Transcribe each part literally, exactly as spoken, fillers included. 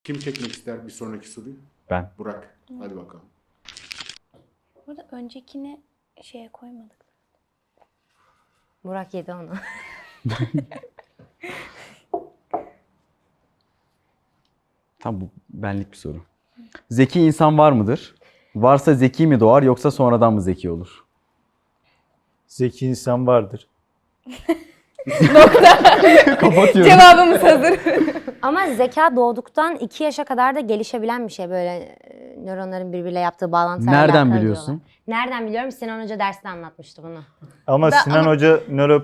Kim çekmek ister bir sonraki soruyu? Ben. Burak. Hadi bakalım. Burada öncekini şeye koymadık. Burak yedi onu. Tam bu benlik bir soru. Zeki insan var mıdır? Varsa zeki mi doğar yoksa sonradan mı zeki olur? Zeki insan vardır. Kapatıyorum. Cevabımız hazır. Ama zeka doğduktan iki yaşa kadar da gelişebilen bir şey, böyle e, nöronların birbiriyle yaptığı bağlantılarla Nereden alakalı biliyorsun? diyorlar. Nereden biliyorum? Sinan Hoca dersinde anlatmıştı bunu. Ama Da- Sinan ama- Hoca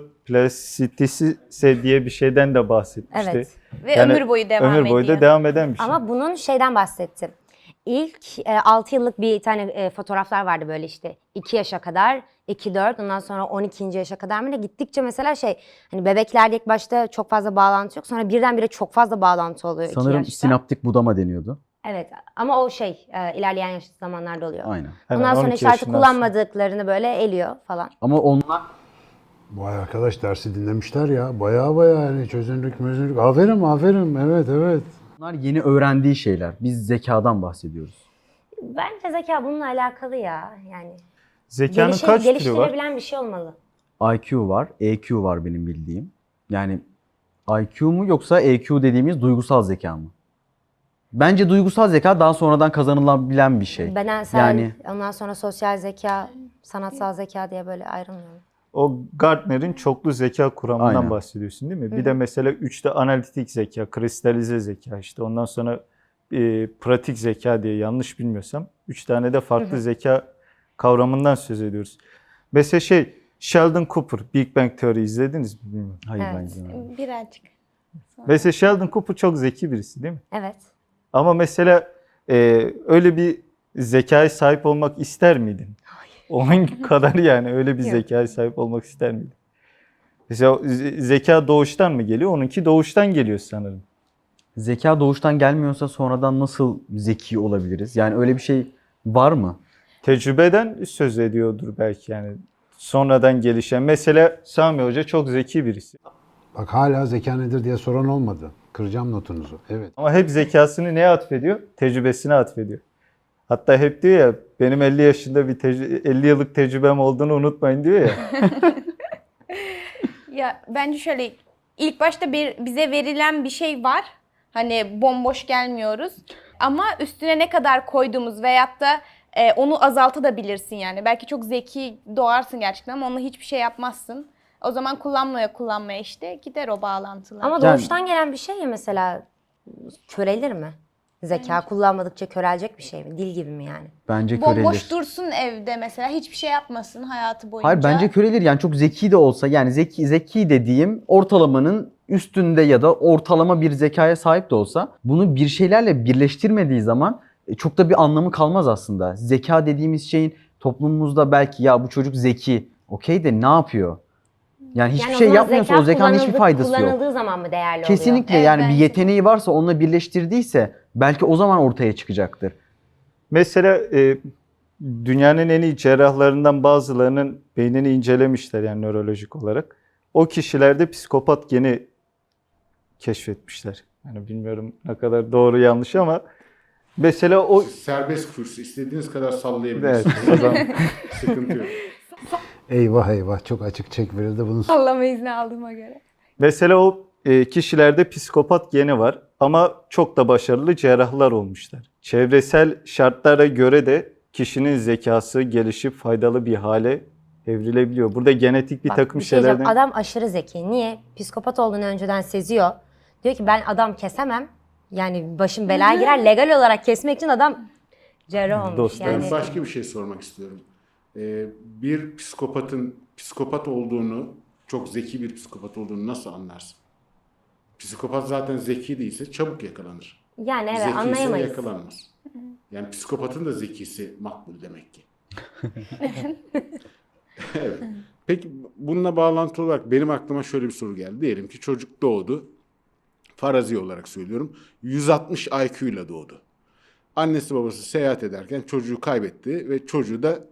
nöroplastisite diye bir şeyden de bahsetmişti. Evet. Ve Yani ömür boyu devam ömür boyu ediyor. da devam eden bir şey. Ama bunun şeyden bahsettim. İlk e, altı yıllık bir tane e, fotoğraflar vardı böyle işte. iki yaşa kadar, iki dört, ondan sonra on ikinci yaşa kadar mı ne, gittikçe mesela şey, hani bebeklerde ilk başta çok fazla bağlantı yok. Sonra birdenbire çok fazla bağlantı oluyor iki Sanırım yaşta. sinaptik budama deniyordu. Evet, ama o şey e, ilerleyen yaş zamanlarda oluyor. Aynen. Hemen Ondan sonra on iki işte artık yaşından kullanmadıkları böyle eliyor falan. Ama onlar Vay arkadaş, dersi dinlemişler ya. Baya baya yani çözünürlük mözünürlük. Aferin aferin, evet evet. onlar yeni öğrendiği şeyler. Biz zekadan bahsediyoruz. Bence zeka bununla alakalı ya. Yani Zekanın gelişe- kaç türü var? geliştirebilen bir şey olmalı. I Q var, E Q var benim bildiğim. Yani I Q mu yoksa E Q dediğimiz duygusal zeka mı? Bence duygusal zeka daha sonradan kazanılabilen bir şey. Bedensel, Yani ondan sonra sosyal zeka, sanatsal zeka diye böyle ayrılmıyor. O Gartner'in çoklu zeka kuramından Aynen. bahsediyorsun değil mi? Bir de mesela üçte analitik zeka, kristalize zeka, işte ondan sonra e, pratik zeka diye, yanlış bilmiyorsam üç tane de farklı zeka kavramından söz ediyoruz. Mesela şey, Sheldon Cooper, Big Bang Theory izlediniz mi bilmiyorum. hayır Evet. bence. Birazcık. Mesela Sheldon Cooper çok zeki birisi değil mi? Evet. Ama mesela e, öyle bir zekaya sahip olmak ister miydin? Onun kadar yani öyle bir Yok. zekaya sahip olmak ister miydin? Mesela ze- zeka doğuştan mı geliyor? Onunki doğuştan geliyor sanırım. Zeka doğuştan gelmiyorsa sonradan nasıl zeki olabiliriz? Yani öyle bir şey var mı? Tecrübeden söz ediyordur belki yani. Sonradan gelişen. Mesela Sami Hoca çok zeki birisi. Bak hala zeka nedir diye soran olmadı. Kıracağım notunuzu. Evet. Ama hep zekasını neye atfediyor? Tecrübesine atfediyor. Hatta hep diyor ya, benim elli yaşında bir tecrü- elli yıllık tecrübem olduğunu unutmayın diyor ya. Ya bence şöyle, ilk başta bir, bize verilen bir şey var. Hani bomboş gelmiyoruz. Ama üstüne ne kadar koyduğumuz veyahut da e, onu azaltabilirsin yani. Belki çok zeki doğarsın gerçekten ama onunla hiçbir şey yapmazsın. O zaman kullanmaya kullanmaya işte gider o bağlantılar. Ama Yani- doğuştan gelen bir şey ya, mesela körelir mi? Zeka kullanmadıkça körelecek bir şey mi? Dil gibi mi yani? Bence körelir. Bomboş dursun evde mesela, hiçbir şey yapmasın hayatı boyunca. Hayır, bence körelir. Yani çok zeki de olsa, yani zeki zeki dediğim ortalamanın üstünde ya da ortalama bir zekaya sahip de olsa, bunu bir şeylerle birleştirmediği zaman e, çok da bir anlamı kalmaz aslında. Zeka dediğimiz şeyin toplumumuzda belki ya bu çocuk zeki, okey de ne yapıyor? Yani hiçbir Yani o şey zaman yapmıyorsa zeka o zekanın hiçbir kullanıldı- faydası yok. Kullanıldığı zaman mı değerli oluyor? Kesinlikle, Evet, yani bir bence. yeteneği varsa onunla birleştirdiyse belki o zaman ortaya çıkacaktır. Mesela e, dünyanın en iyi cerrahlarından bazılarının beynini incelemişler yani nörolojik olarak. O kişilerde psikopat geni keşfetmişler. Yani bilmiyorum ne kadar doğru yanlış ama mesela o Serbest kurs. İstediğiniz kadar evet, sallayabilirsiniz. o zaman Sıkıntı yok. Eyvah eyvah, çok açık çek verildi bunu. Sallama izni aldığıma göre. mesela o e, kişilerde psikopat geni var ama çok da başarılı cerrahlar olmuşlar. Çevresel şartlara göre de kişinin zekası gelişip faydalı bir hale evrilebiliyor. Burada genetik bir Bak, takım bir şey diyeceğim. şeylerden... Adam aşırı zeki. Niye? Psikopat olduğunu önceden seziyor. Diyor ki ben adam kesemem. Yani başım belaya girer. Legal olarak kesmek için adam cerrah olmuş. Dostlar. Yani Ben başka bir şey sormak istiyorum. Ee, bir psikopatın psikopat olduğunu, çok zeki bir psikopat olduğunu nasıl anlarsın? Psikopat zaten zeki değilse çabuk yakalanır. yani evet, Zeki ise anlayamayız. yakalanmaz. Yani psikopatın da zekisi makbul demek ki. Evet. Peki bununla bağlantılı olarak benim aklıma şöyle bir soru geldi. Diyelim ki çocuk doğdu. Farazi olarak söylüyorum. yüz altmış I Q ile doğdu. Annesi babası seyahat ederken çocuğu kaybetti ve çocuğu da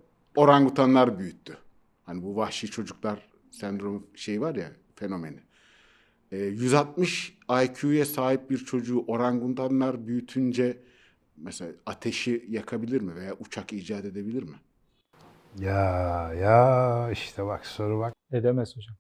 orangutanlar büyüttü. Hani bu vahşi çocuklar sendromu şey var ya, fenomeni. E, yüz altmış I Q'ya sahip bir çocuğu orangutanlar büyütünce mesela ateşi yakabilir mi veya uçak icat edebilir mi? Ya ya işte bak soru bak. Edemez hocam.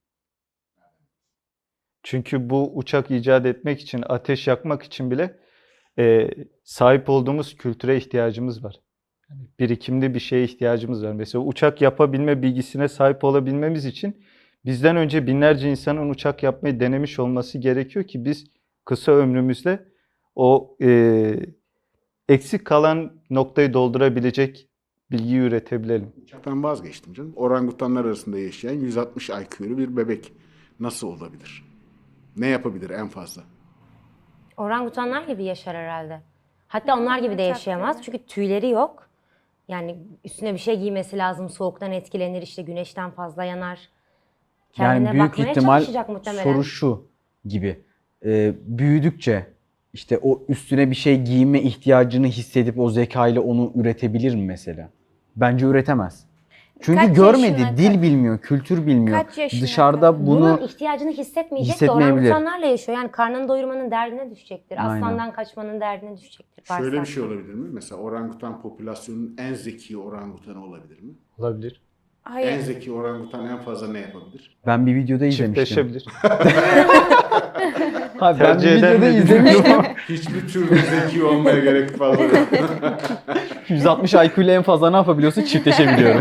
Çünkü bu uçak icat etmek için, ateş yakmak için bile e, sahip olduğumuz kültüre ihtiyacımız var. Yani birikimli bir şeye ihtiyacımız var. Mesela uçak yapabilme bilgisine sahip olabilmemiz için bizden önce binlerce insanın uçak yapmayı denemiş olması gerekiyor ki biz kısa ömrümüzde o e, eksik kalan noktayı doldurabilecek bilgiyi üretebilelim. Uçaktan vazgeçtim canım. Orangutanlar arasında yaşayan yüz altmış I Q'lu bir bebek nasıl olabilir? Ne yapabilir en fazla? Orangutanlar gibi yaşar herhalde. Hatta onlar gibi de yaşayamaz çünkü tüyleri yok. Yani üstüne bir şey giymesi lazım, soğuktan etkilenir, işte güneşten fazla yanar. Kendine Yani büyük bakmaya ihtimal çalışacak muhtemelen. soru şu gibi. Ee, büyüdükçe işte o üstüne bir şey giyme ihtiyacını hissedip o zekayla onu üretebilir mi mesela? Bence üretemez. Çünkü Kaç görmedi, yaşına dil kadar? bilmiyor, kültür bilmiyor. Kaç yaşına Dışarıda kadar? bunu Bunun ihtiyacını hissetmeyecek de hissetmeyebilir. orangutanlarla yaşıyor. Yani karnını doyurmanın derdine düşecektir. Aynen. Aslandan kaçmanın derdine düşecektir. Şöyle bir Varsa. şey olabilir mi? Mesela orangutan popülasyonunun en zeki orangutanı olabilir mi? Olabilir. En Hayır. zeki orangutan en fazla ne yapabilir? ben bir videoda izlemiştim. Çiftleşebilir. Ha, ben bir Tercih eder videoda mi izlemiştim. bilmiyorum. Hiçbir türlü zeki olmaya gerek fazla yok. yüz altmış I Q ile en fazla ne yapabiliyorsun? Çiftleşebiliyorum.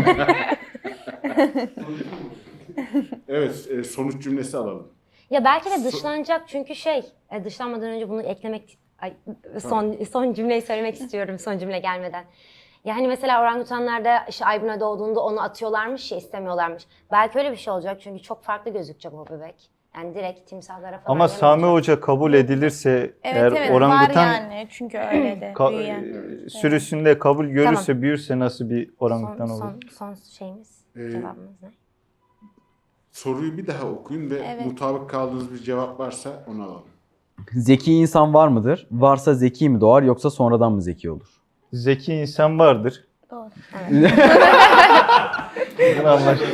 Evet, e, sonuç cümlesi alalım. Ya belki de dışlanacak çünkü şey, e, dışlanmadan önce bunu eklemek, ay, son son cümleyi söylemek istiyorum son cümle gelmeden. Yani mesela orangutanlarda işte Aybuna doğduğunda onu atıyorlarmış ya, istemiyorlarmış. Belki öyle bir şey olacak çünkü çok farklı gözükecek o bebek. Yani direkt timsahlara falan Ama Sami yemeyecek. Hoca kabul edilirse Evet eğer evet orangutan var yani çünkü öyle de ka- büyüyen. e, sürüsünde kabul görürse, Tamam. büyürse nasıl bir orangutan son, olur? son, son şeyimiz, Ee, cevabımız ne? Soruyu bir daha okuyun ve Evet. mutabık kaldığınız bir cevap varsa onu alalım. Zeki insan var mıdır? Varsa zeki mi doğar yoksa sonradan mı zeki olur? Zeki insan vardır. Doğru. Bunu anlaştık.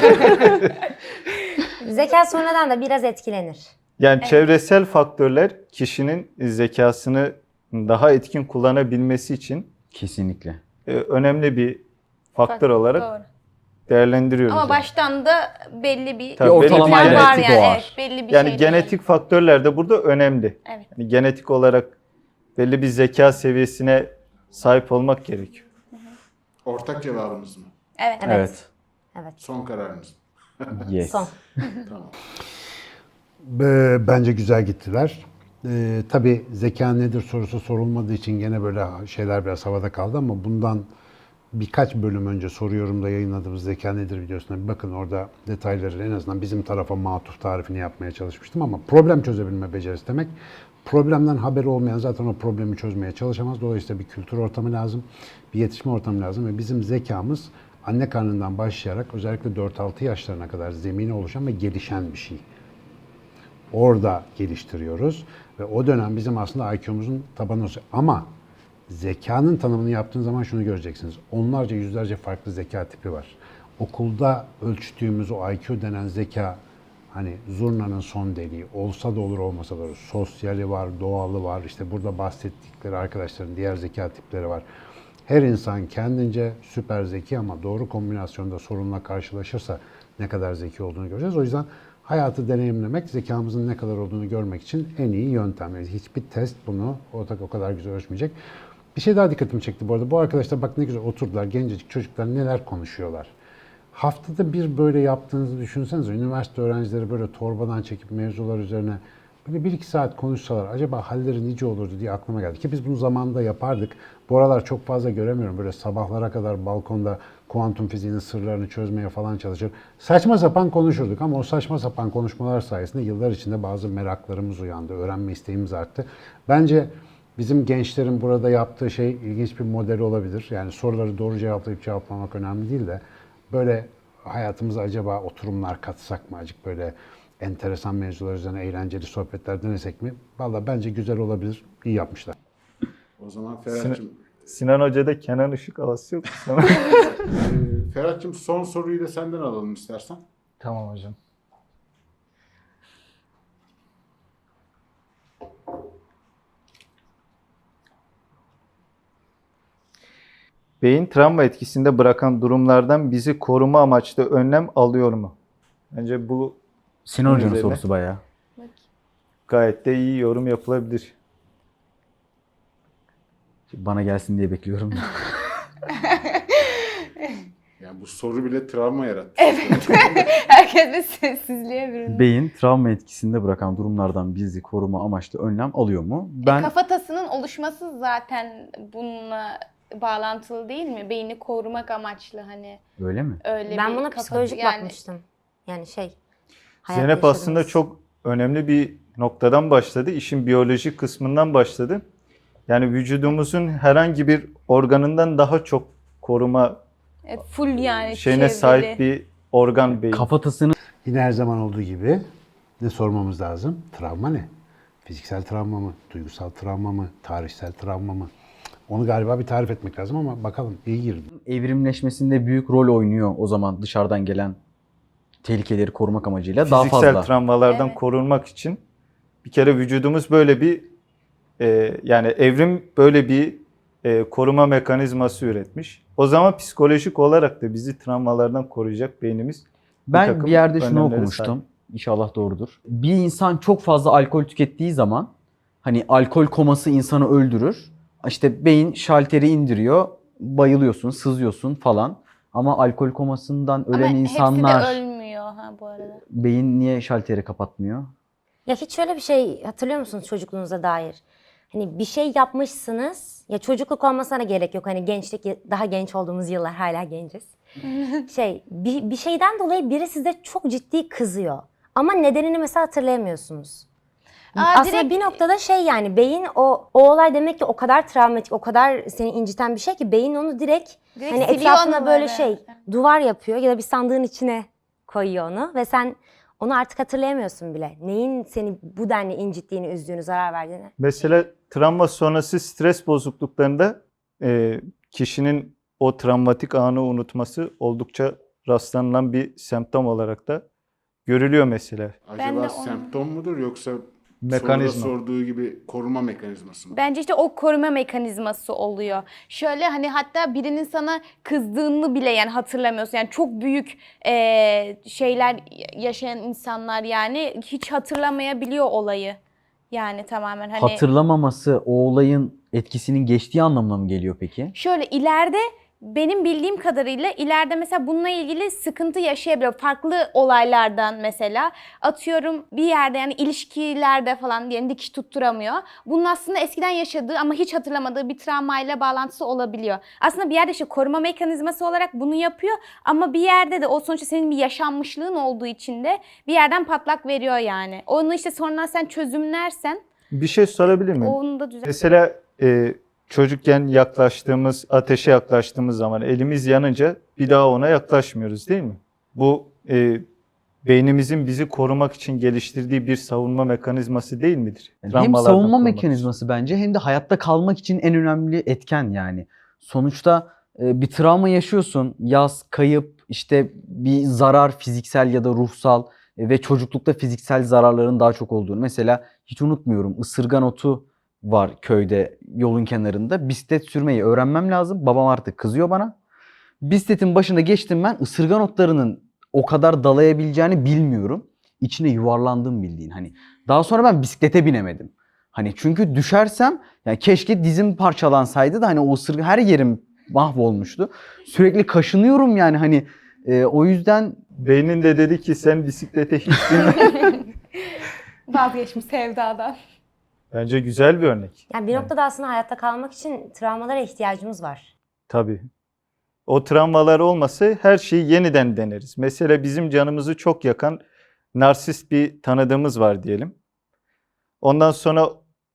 Zeka sonradan da biraz etkilenir. Yani çevresel faktörler kişinin zekasını daha etkin kullanabilmesi için Kesinlikle. e, önemli bir faktör olarak Doğru. değerlendiriyoruz. Ama yani. baştan da belli bir Tabii, Bir ortalama belli bir var genetik yani. doğar. Evet, belli bir Yani şey genetik faktörler de burada önemli. Evet. Yani genetik olarak belli bir zeka seviyesine sahip olmak gerekiyor. Ortak cevabınız mı? Evet. Evet. Evet. Evet. Son kararınız mı? Yes. Son. Tamam. Be- Bence güzel gittiler. Ee, tabii zeka nedir sorusu sorulmadığı için gene böyle şeyler biraz havada kaldı ama bundan birkaç bölüm önce soru yorumda yayınladığımız zeka nedir videosuna bir bakın, orada detayları en azından bizim tarafa matuf tarifini yapmaya çalışmıştım ama problem çözebilme becerisi demek. Problemden haberi olmayan zaten o problemi çözmeye çalışamaz. Dolayısıyla bir kültür ortamı lazım, bir yetişme ortamı lazım ve bizim zekamız anne karnından başlayarak özellikle dört altı yaşlarına kadar zemini oluşan ve gelişen bir şey. Orada geliştiriyoruz ve o dönem bizim aslında I Q'muzun tabanı olacak. Ama zekanın tanımını yaptığın zaman şunu göreceksiniz. Onlarca, yüzlerce farklı zeka tipi var. Okulda ölçtüğümüz o I Q denen zeka, hani zurnanın son deliği, olsa da olur olmasa da olur. Sosyali var, doğalı var, işte burada bahsettikleri arkadaşların diğer zeka tipleri var. Her insan kendince süper zeki ama doğru kombinasyonda sorunla karşılaşırsa ne kadar zeki olduğunu göreceğiz. O yüzden hayatı deneyimlemek, zekamızın ne kadar olduğunu görmek için en iyi yöntem. Yani hiçbir test bunu o kadar güzel ölçmeyecek. Bir şey daha dikkatimi çekti bu arada. Bu arkadaşlar bak ne güzel oturdular. Gencecik çocuklar neler konuşuyorlar. Haftada bir böyle yaptığınızı düşünsenize. Üniversite öğrencileri böyle torbadan çekip mevzular üzerine böyle bir iki saat konuşsalar acaba halleri nice olurdu diye aklıma geldi. Ki biz bunu zamanında yapardık. Bu aralar çok fazla göremiyorum. Böyle sabahlara kadar balkonda kuantum fiziğinin sırlarını çözmeye falan çalışır. Saçma sapan konuşurduk ama o saçma sapan konuşmalar sayesinde yıllar içinde bazı meraklarımız uyandı. Öğrenme isteğimiz arttı. Bence bizim gençlerin burada yaptığı şey ilginç bir model olabilir. Yani soruları doğru cevaplayıp cevaplamak önemli değil de böyle hayatımıza acaba oturumlar katsak mı? Acık böyle enteresan mevzular üzerine eğlenceli sohbetler denesek mi? Vallahi bence güzel olabilir. İyi yapmışlar. O zaman Ferhat'cığım, Sinan Hoca'da Kenan Işık havası yok mu sana? e, Ferhat'cığım son soruyu da senden alalım istersen. Tamam hocam. beyin travma etkisinde bırakan durumlardan bizi koruma amaçlı önlem alıyor mu? Bence bu Sinan Hoca'nın üzerine- sorusu bayağı. gayet de iyi yorum yapılabilir. Bana gelsin diye bekliyorum. Yani bu soru bile travma yarattı. Herkes bir sessizliğe büründü. Beyin travma etkisinde bırakan durumlardan bizi koruma amaçlı önlem alıyor mu? Ben Kafatasının oluşması zaten bununla bağlantılı değil mi? Beyni korumak amaçlı hani öyle mi? öyle Ben bir buna kafa- psikolojik yani bakmıştım. Yani şey. hayatta Zeynep aslında yaşadığımız- çok önemli bir noktadan başladı. İşin biyolojik kısmından başladı. Yani vücudumuzun herhangi bir organından daha çok koruma Evet, full yani şeyine çevreli. sahip bir organ beyin. Kafatasını Yine her zaman olduğu gibi ne sormamız lazım? Travma ne? Fiziksel travma mı? Duygusal travma mı? Tarihsel travma mı? Onu galiba bir tarif etmek lazım ama bakalım iyi girdi. evrimleşmesinde büyük rol oynuyor o zaman dışarıdan gelen tehlikeleri korumak amacıyla daha Fiziksel fazla. travmalardan Evet. korunmak için bir kere vücudumuz böyle bir e, yani evrim böyle bir e, koruma mekanizması üretmiş. O zaman psikolojik olarak da bizi travmalardan koruyacak beynimiz. Ben takım bir yerde şunu önlemlere okumuştum. sahip. İnşallah doğrudur. Bir insan çok fazla alkol tükettiği zaman hani alkol koması insanı öldürür. İşte beyin şalteri indiriyor, bayılıyorsun, sızıyorsun falan. Ama alkol komasından ölen Ama insanlar hepsi de ölmüyor ha bu arada. beyin niye şalteri kapatmıyor? Ya hiç şöyle bir şey hatırlıyor musunuz çocukluğunuza dair? Hani bir şey yapmışsınız. Ya çocukluk olmasına gerek yok. Hani gençlik, daha genç olduğumuz yıllar, hala genciz. Şey, bir, bir şeyden dolayı biri size çok ciddi kızıyor. Ama nedenini mesela hatırlayamıyorsunuz. Aa, Aslında direkt- bir noktada şey, yani beyin o o olay demek ki o kadar travmatik, o kadar seni inciten bir şey ki beyin onu direkt, Direkt hani siliyor etrafına anıları. böyle şey duvar yapıyor ya da bir sandığın içine koyuyor onu ve sen onu artık hatırlayamıyorsun bile. Neyin seni bu denli incittiğini, üzdüğünü, zarar verdiğini. Mesela travma sonrası stres bozukluklarında e, kişinin o travmatik anı unutması oldukça rastlanılan bir semptom olarak da görülüyor mesela. Ben de Acaba onu- semptom mudur yoksa Mekanizma. soruda sorduğu gibi koruma mekanizması mı? Bence işte o koruma mekanizması oluyor. Şöyle hani hatta birinin sana kızdığını bile yani hatırlamıyorsun. Yani çok büyük eee, şeyler yaşayan insanlar yani hiç hatırlamayabiliyor olayı. Yani tamamen hani Hatırlamaması o olayın etkisinin geçtiği anlamına mı geliyor peki? şöyle ileride benim bildiğim kadarıyla ileride mesela bununla ilgili sıkıntı yaşayabiliyor. Farklı olaylardan mesela atıyorum bir yerde yani ilişkilerde falan diyelim dikiş tutturamıyor. Bunun aslında eskiden yaşadığı ama hiç hatırlamadığı bir travmayla bağlantısı olabiliyor. Aslında bir yerde işte koruma mekanizması olarak bunu yapıyor ama bir yerde de o sonuçta senin bir yaşanmışlığın olduğu için de bir yerden patlak veriyor yani. Onu işte sonradan sen çözümlersen Bir şey sorabilir miyim? onu da düzelt. Mesela e, çocukken yaklaştığımız, ateşe yaklaştığımız zaman elimiz yanınca bir daha ona yaklaşmıyoruz değil mi? Bu e, beynimizin bizi korumak için geliştirdiği bir savunma mekanizması değil midir? Yani hem Travmalardan savunma korumak için. mekanizması bence hem de hayatta kalmak için en önemli etken yani. Sonuçta e, bir travma yaşıyorsun, yaz, kayıp, işte bir zarar fiziksel ya da ruhsal e, ve çocuklukta fiziksel zararların daha çok olduğunu. Mesela hiç unutmuyorum, ısırgan otu var köyde yolun kenarında. Bisiklet sürmeyi öğrenmem lazım. Babam artık kızıyor bana. Bisikletin başına geçtim ben, ısırgan otlarının o kadar dalayabileceğini bilmiyorum. İçine yuvarlandım bildiğin hani. Daha sonra ben bisiklete binemedim. Hani çünkü düşersem yani keşke dizim parçalansaydı da hani o ısırgan her yerim mahvolmuştu. Sürekli kaşınıyorum yani hani e, o yüzden Beynin de dedi ki sen bisiklete hiç binme. Vazgeçmiş sevdadan. Bence güzel bir örnek. Yani bir noktada aslında hayatta kalmak için travmalara ihtiyacımız var. Tabii. O travmalar olmasa her şeyi yeniden deneriz. Mesela bizim canımızı çok yakan narsist bir tanıdığımız var diyelim. Ondan sonra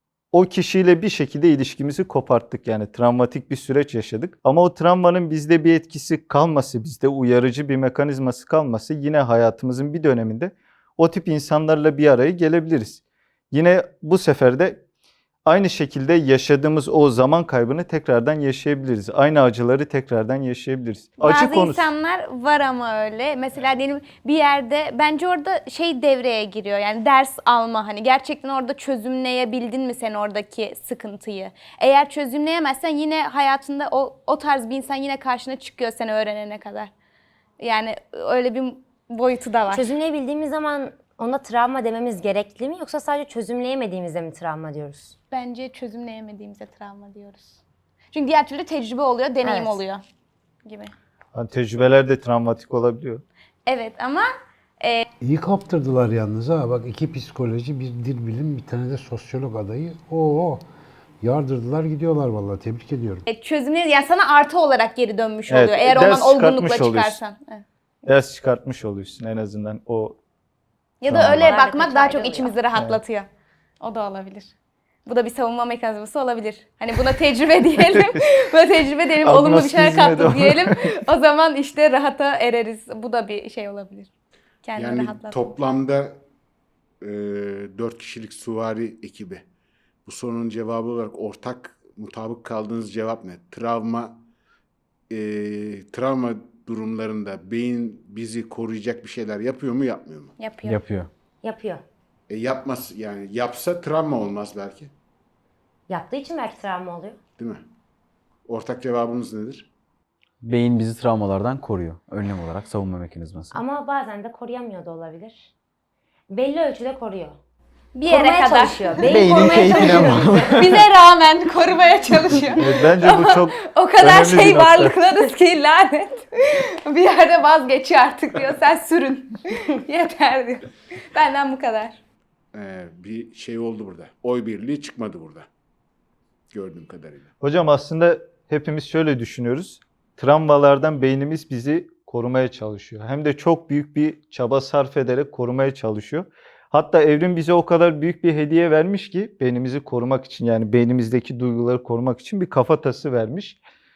o kişiyle bir şekilde ilişkimizi koparttık. Yani travmatik bir süreç yaşadık. Ama o travmanın bizde bir etkisi kalması, bizde uyarıcı bir mekanizması kalması yine hayatımızın bir döneminde o tip insanlarla bir araya gelebiliriz. Yine bu sefer de aynı şekilde yaşadığımız o zaman kaybını tekrardan yaşayabiliriz. Aynı acıları tekrardan yaşayabiliriz. Acı Bazı konusu. insanlar var ama öyle. Mesela diyelim bir yerde bence orada şey devreye giriyor. Yani ders alma, hani gerçekten orada çözümleyebildin mi sen oradaki sıkıntıyı? Eğer çözümleyemezsen yine hayatında o o tarz bir insan yine karşına çıkıyor sen öğrenene kadar. Yani öyle bir boyutu da var. Çözümleyebildiğimiz zaman ona travma dememiz gerekli mi yoksa sadece çözümleyemediğimizde mi travma diyoruz? Bence çözümleyemediğimize travma diyoruz. Çünkü diğer türlü tecrübe oluyor, deneyim Evet. oluyor gibi. Yani tecrübeler de travmatik olabiliyor. Evet ama İyi kaptırdılar yalnız ha. Bak iki psikoloji, bir dil bilim, bir tane de sosyolog adayı. Oo, yardırdılar gidiyorlar vallahi. Tebrik ediyorum. e, çözümle yani sana artı olarak geri dönmüş Evet, oluyor. Eğer ders ondan olgunlukla çıkartmış oluyorsun. çıkarsan. Evet. Ders çıkartmış oluyorsun en azından o. Ya da Tamam. öyle Onlar da bakmak kötü daha çok ayrılıyor. içimizi rahatlatıyor. O da olabilir. Bu da bir savunma mekanizması olabilir. Hani buna tecrübe diyelim. Buna tecrübe diyelim. Olumlu bir şeyler Agnostizme de kattık olur. diyelim. O zaman işte rahata ereriz. Bu da bir şey olabilir. Kendini Yani rahatlatmak. toplamda e, dört kişilik süvari ekibi. Bu sorunun cevabı olarak ortak mutabık kaldığınız cevap ne? Travma e, travma durumlarında beyin bizi koruyacak bir şeyler yapıyor mu, yapmıyor mu? Yapıyor. Yapıyor. Yapıyor. E, yapmaz yani yapsa travma olmaz belki, Yaptığı için belki travma oluyor. değil mi? Ortak cevabınız nedir? Beyin bizi travmalardan koruyor. Önlem olarak savunma mekanizması. Ama bazen de koruyamıyor da olabilir. Belli ölçüde koruyor. Bir yere Korumaya kadar. çalışıyor. Beyin Beynin korumaya keyfine çalışıyor. bağlı. Bize rağmen korumaya çalışıyor. Evet, bence bu çok O kadar önemli bir şey nokta. varlıklarız ki lanet. Bir yerde vazgeçiyor artık diyor. Sen sürün. Yeter diyor. Benden bu kadar. E, bir şey oldu burada. Oy birliği çıkmadı burada. Gördüğüm kadarıyla. Hocam aslında hepimiz şöyle düşünüyoruz. Travmalardan beynimiz bizi korumaya çalışıyor. Hem de çok büyük bir çaba sarf ederek korumaya çalışıyor. Hatta evrim bize o kadar büyük bir hediye vermiş ki beynimizi korumak için, yani beynimizdeki duyguları korumak için bir kafatası vermiş.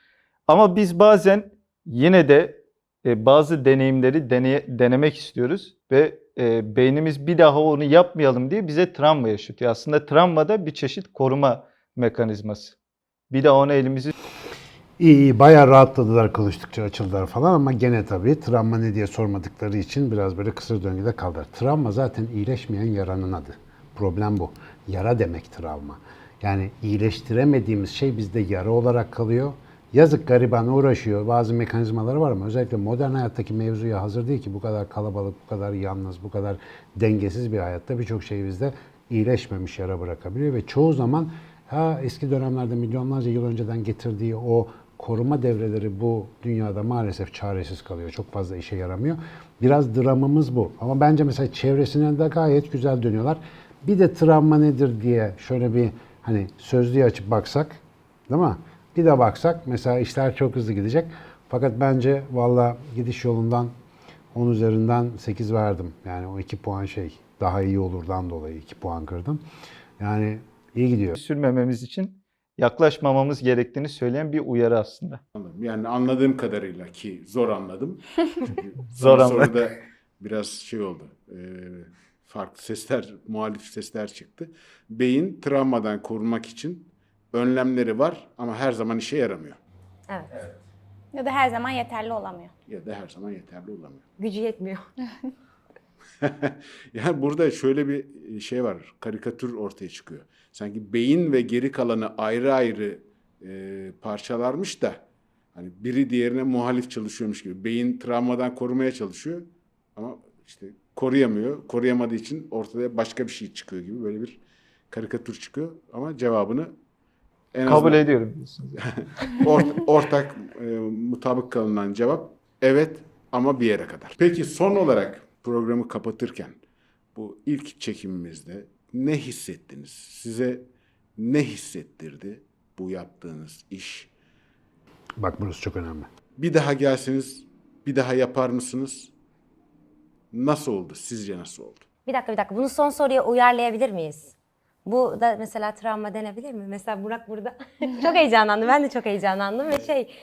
Ama biz bazen yine de e, bazı deneyimleri deneye- denemek istiyoruz ve e, beynimiz bir daha onu yapmayalım diye bize travma yaşatıyor. Aslında travma da bir çeşit koruma mekanizması. Bir daha onu elimizi İyi, iyi bayağı rahatladılar, konuştukça açıldılar falan ama gene tabii travma ne diye sormadıkları için biraz böyle kısır döngüde kaldılar. Travma zaten iyileşmeyen yaranın adı. Problem bu. Yara demek travma. Yani iyileştiremediğimiz şey bizde yara olarak kalıyor. Yazık, gariban uğraşıyor. Bazı mekanizmaları var ama özellikle modern hayattaki mevzuya hazır değil ki. Bu kadar kalabalık, bu kadar yalnız, bu kadar dengesiz bir hayatta birçok şey bizde iyileşmemiş yara bırakabiliyor ve çoğu zaman ha, eski dönemlerde milyonlarca yıl önceden getirdiği o koruma devreleri bu dünyada maalesef çaresiz kalıyor. Çok fazla işe yaramıyor. Biraz dramımız bu. Ama bence mesela çevresine de gayet güzel dönüyorlar. Bir de travma nedir diye şöyle bir hani sözlüğü açıp baksak, değil mi? Bir de baksak mesela işler çok hızlı gidecek. Fakat bence valla gidiş yolundan on üzerinden sekiz verdim. Yani o iki puan şey daha iyi olurdan dolayı iki puan kırdım. Yani iyi gidiyor. sürmememiz için yaklaşmamamız gerektiğini söyleyen bir uyarı aslında. Anladım. Yani anladığım kadarıyla, ki zor anladım. Zor Zor anladım. Soruda biraz şey oldu. E, farklı sesler, muhalif sesler çıktı. Beyin travmadan korunmak için önlemleri var ama her zaman işe yaramıyor. Evet. Ya da her zaman yeterli olamıyor. Ya da her zaman yeterli olamıyor. Gücü yetmiyor. Yani burada şöyle bir şey var, karikatür ortaya çıkıyor. Sanki beyin ve geri kalanı ayrı ayrı e, parçalarmış da hani biri diğerine muhalif çalışıyormuş gibi. Beyin travmadan korumaya çalışıyor ama işte koruyamıyor. Koruyamadığı için ortada başka bir şey çıkıyor gibi böyle bir karikatür çıkıyor. Ama cevabını en Kabul azından ediyorum diyorsunuz. Ort- ortak e, mutabık kalınan cevap evet ama bir yere kadar. Peki son olarak programı kapatırken bu ilk çekimimizde ne hissettiniz? Size ne hissettirdi bu yaptığınız iş? Bak burası çok önemli. Bir daha gelseniz bir daha yapar mısınız? Nasıl oldu? Sizce nasıl oldu? Bir dakika bir dakika. Bunu son soruya uyarlayabilir miyiz? Bu da mesela travma denebilir mi? Mesela Burak burada çok heyecanlandı. Ben de çok heyecanlandım ve şey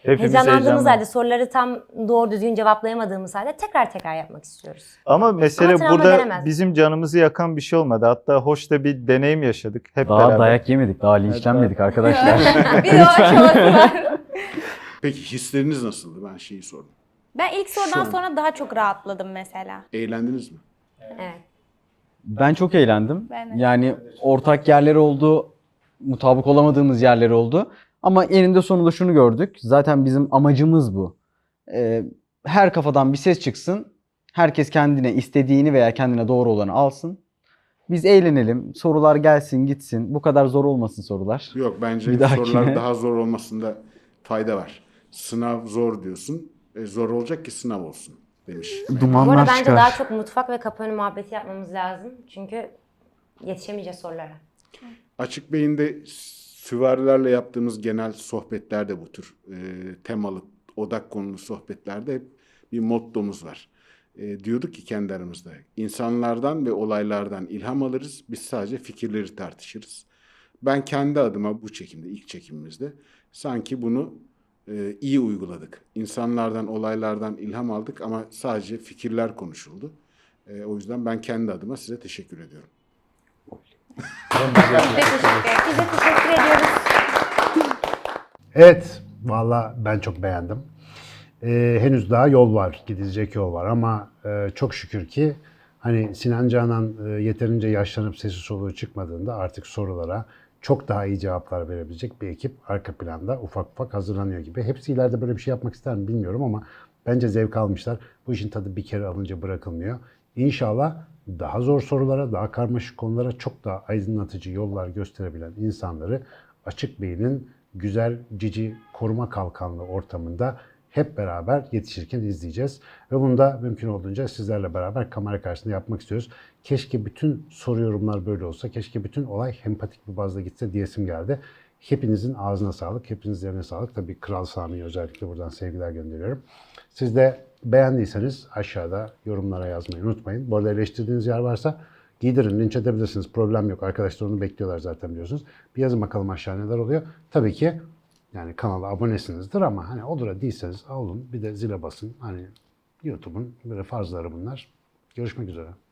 Hepimiz Heyecanlandığımız heyecanlı. halde, soruları tam doğru düzgün cevaplayamadığımız halde tekrar tekrar yapmak istiyoruz. Ama mesele Ama travma burada denemez. bizim canımızı yakan bir şey olmadı. Hatta hoş da bir deneyim yaşadık hep Daha beraber. dayak yemedik, daha linçlenmedik arkadaşlar. Bir de o aşaması var. Peki hisleriniz nasıldı? Ben şeyi sordum. Ben ilk sorudan Şu an. sonra daha çok rahatladım mesela. Eğlendiniz mi? Evet. Ben çok eğlendim. Ben de. Yani ortak yerler oldu, mutabık olamadığımız yerler oldu. Ama eninde sonunda şunu gördük. Zaten bizim amacımız bu. Ee, her kafadan bir ses çıksın. Herkes kendine istediğini veya kendine doğru olanı alsın. Biz eğlenelim. Sorular gelsin gitsin. Bu kadar zor olmasın sorular. Yok, bence Bir dahakine. sorular daha zor olmasında fayda var. Sınav zor diyorsun. E, zor olacak ki sınav olsun demiş. Bu Dumanlar arada bence çıkar. daha çok mutfak ve kapı önü muhabbeti yapmamız lazım. Çünkü yetişemeyeceğiz sorulara. Açık Beyin'de süvarilerle yaptığımız genel sohbetler de bu tür e, temalı, odak konulu sohbetlerde hep bir mottomuz var. E, diyorduk ki kendi aramızda, insanlardan ve olaylardan ilham alırız, biz sadece fikirleri tartışırız. Ben kendi adıma bu çekimde, ilk çekimimizde sanki bunu e, iyi uyguladık. İnsanlardan, olaylardan ilham aldık ama sadece fikirler konuşuldu. E, o yüzden ben kendi adıma size teşekkür ediyorum. Teşekkür ederim. Biz de teşekkür ediyoruz. Evet, valla ben çok beğendim. Ee, henüz daha yol var, gidilecek yol var ama e, çok şükür ki hani Sinan Canan e, yeterince yaşlanıp sesi soluğu çıkmadığında artık sorulara çok daha iyi cevaplar verebilecek bir ekip arka planda ufak ufak hazırlanıyor gibi. Hepsi ileride böyle bir şey yapmak ister mi bilmiyorum ama bence zevk almışlar. Bu işin tadı bir kere alınca bırakılmıyor. İnşallah daha zor sorulara, daha karmaşık konulara çok daha aydınlatıcı yollar gösterebilen insanları Açık Beyin'in güzel, cici, koruma kalkanlı ortamında hep beraber yetişirken izleyeceğiz. Ve bunu da mümkün olduğunca sizlerle beraber kamera karşısında yapmak istiyoruz. Keşke bütün soru yorumlar böyle olsa, keşke bütün olay empatik bir bazda gitse diyesim geldi. Hepinizin ağzına sağlık, hepinizin yerine sağlık. Tabii Kral Sami'ye özellikle buradan sevgiler gönderiyorum. Siz de beğendiyseniz aşağıda yorumlara yazmayı unutmayın. Bu arada eleştirdiğiniz yer varsa giydirin, linç edebilirsiniz. Problem yok. Arkadaşlar onu bekliyorlar zaten biliyorsunuz. Bir yazın bakalım aşağı neler oluyor. Tabii ki yani kanala abonesinizdir ama hani olur da değilseniz olun. Bir de zile basın. Hani YouTube'un böyle farzları bunlar. Görüşmek üzere.